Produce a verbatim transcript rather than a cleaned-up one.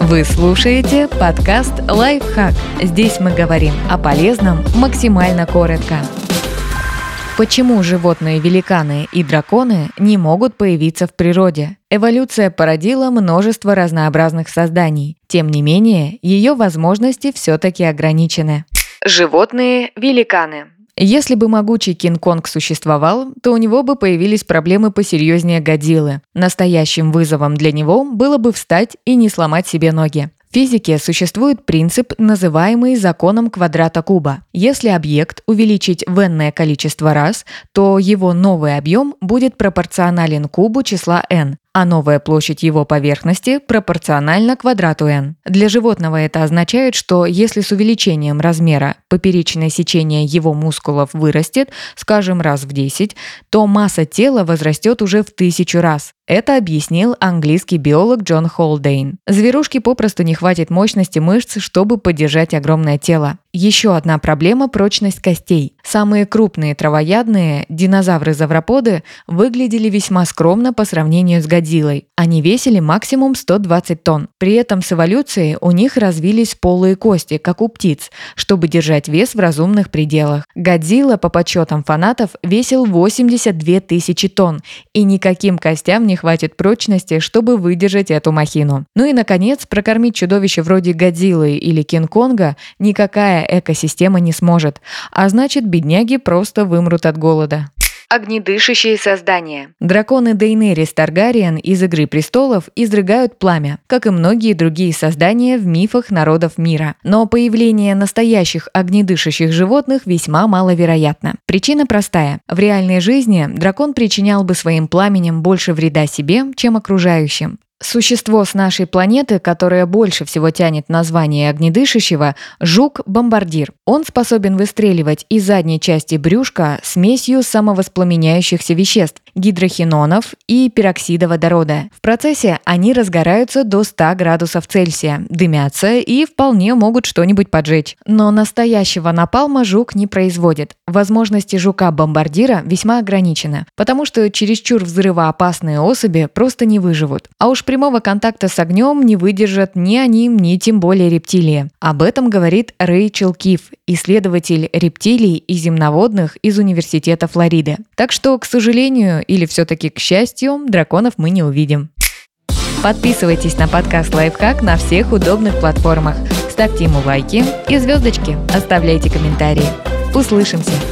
Вы слушаете подкаст «Лайфхак». Здесь мы говорим о полезном максимально коротко. Почему животные-великаны и драконы не могут появиться в природе? Эволюция породила множество разнообразных созданий. Тем не менее, ее возможности все-таки ограничены. Животные-великаны. Если бы могучий Кинг-Конг существовал, то у него бы появились проблемы посерьезнее Годзиллы. Настоящим вызовом для него было бы встать и не сломать себе ноги. В физике существует принцип, называемый законом квадрата куба. Если объект увеличить в n количество раз, то его новый объем будет пропорционален кубу числа n, а новая площадь его поверхности пропорциональна квадрату n. Для животного это означает, что если с увеличением размера поперечное сечение его мускулов вырастет, скажем, раз в десять, то масса тела возрастет уже в тысячу раз. Это объяснил английский биолог Джон Холдейн. Зверушке попросту не хватит мощности мышц, чтобы поддержать огромное тело. Еще одна проблема – прочность костей. Самые крупные травоядные, динозавры-завроподы, выглядели весьма скромно по сравнению с Годзиллой. Они весили максимум сто двадцать тонн. При этом с эволюцией у них развились полые кости, как у птиц, чтобы держать вес в разумных пределах. Годзилла, по подсчетам фанатов, весил восемьдесят две тысячи тонн, и никаким костям не хватит прочности, чтобы выдержать эту махину. Ну и, наконец, прокормить чудовище вроде Годзиллы или Кинг-Конга никакая экосистема не сможет, а значит, бедняги просто вымрут от голода. Огнедышащие создания. Драконы Дейенерис Таргариен из «Игры престолов» изрыгают пламя, как и многие другие создания в мифах народов мира. Но появление настоящих огнедышащих животных весьма маловероятно. Причина простая. В реальной жизни дракон причинял бы своим пламенем больше вреда себе, чем окружающим. Существо с нашей планеты, которое больше всего тянет название огнедышащего – жук-бомбардир. Он способен выстреливать из задней части брюшка смесью самовоспламеняющихся веществ – гидрохинонов и пероксида водорода. В процессе они разгораются до ста градусов Цельсия, дымятся и вполне могут что-нибудь поджечь. Но настоящего напалма жук не производит. Возможности жука-бомбардира весьма ограничены, потому что чересчур взрывоопасные особи просто не выживут. А уж прямого контакта с огнем не выдержат ни они, ни тем более рептилии. Об этом говорит Рэйчел Киф, исследователь рептилий и земноводных из Университета Флориды. Так что, к сожалению, или все-таки к счастью, драконов мы не увидим. Подписывайтесь на подкаст «Лайфхак» на всех удобных платформах. Ставьте ему лайки и звездочки. Оставляйте комментарии. Услышимся!